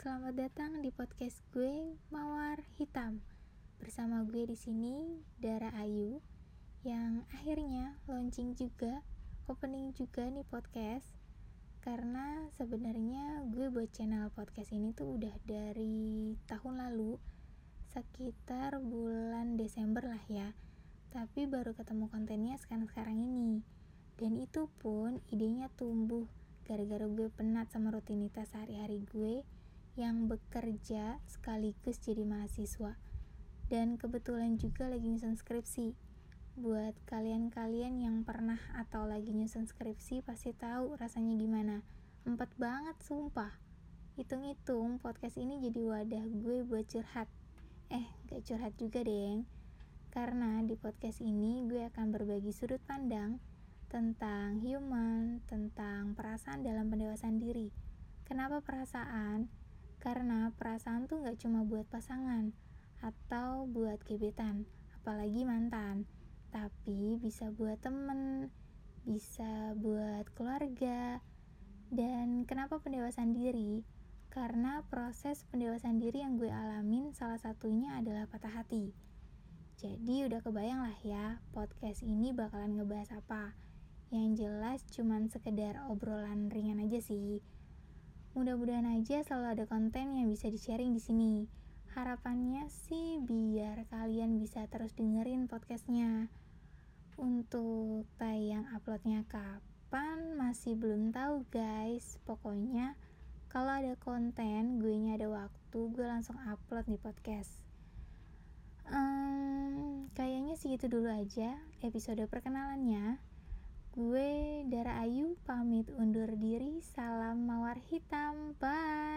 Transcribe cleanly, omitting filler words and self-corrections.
selamat datang di podcast gue Mawar Hitam. Bersama gue di sini Dara Ayu yang akhirnya launching juga, opening juga nih podcast. Karena sebenarnya gue buat channel podcast ini tuh udah dari tahun lalu, sekitar bulan Desember lah ya. Tapi baru ketemu kontennya sekarang ini. Dan itu pun idenya tumbuh gara-gara gue penat sama rutinitas sehari-hari gue yang bekerja sekaligus jadi mahasiswa. Dan kebetulan juga lagi nyusun skripsi. Buat kalian-kalian yang pernah atau lagi nyusun skripsi pasti tahu rasanya gimana. Empet banget sumpah. Hitung-hitung podcast ini jadi wadah gue buat curhat. Gak curhat juga deng. Karena di podcast ini gue akan berbagi sudut pandang tentang human, tentang perasaan dalam pendewasaan diri. Kenapa perasaan? Karena perasaan tuh gak cuma buat pasangan atau buat gebetan, apalagi mantan, tapi bisa buat temen, bisa buat keluarga. Dan kenapa pendewasaan diri? Karena proses pendewasaan diri yang gue alamin salah satunya adalah patah hati. Jadi udah kebayang lah ya podcast ini bakalan ngebahas apa. Yang jelas cuman sekedar obrolan ringan aja sih. Mudah-mudahan aja selalu ada konten yang bisa di-sharing di sini. Harapannya sih biar kalian bisa terus dengerin podcastnya. Untuk tayang uploadnya kapan masih belum tahu guys. Pokoknya kalau ada konten, gue nya ada waktu, gue langsung upload di podcast. Kayaknya segitu dulu aja episode perkenalannya. Gue Dara Ayu pamit undur diri. Salam Mawar Hitam. Bye.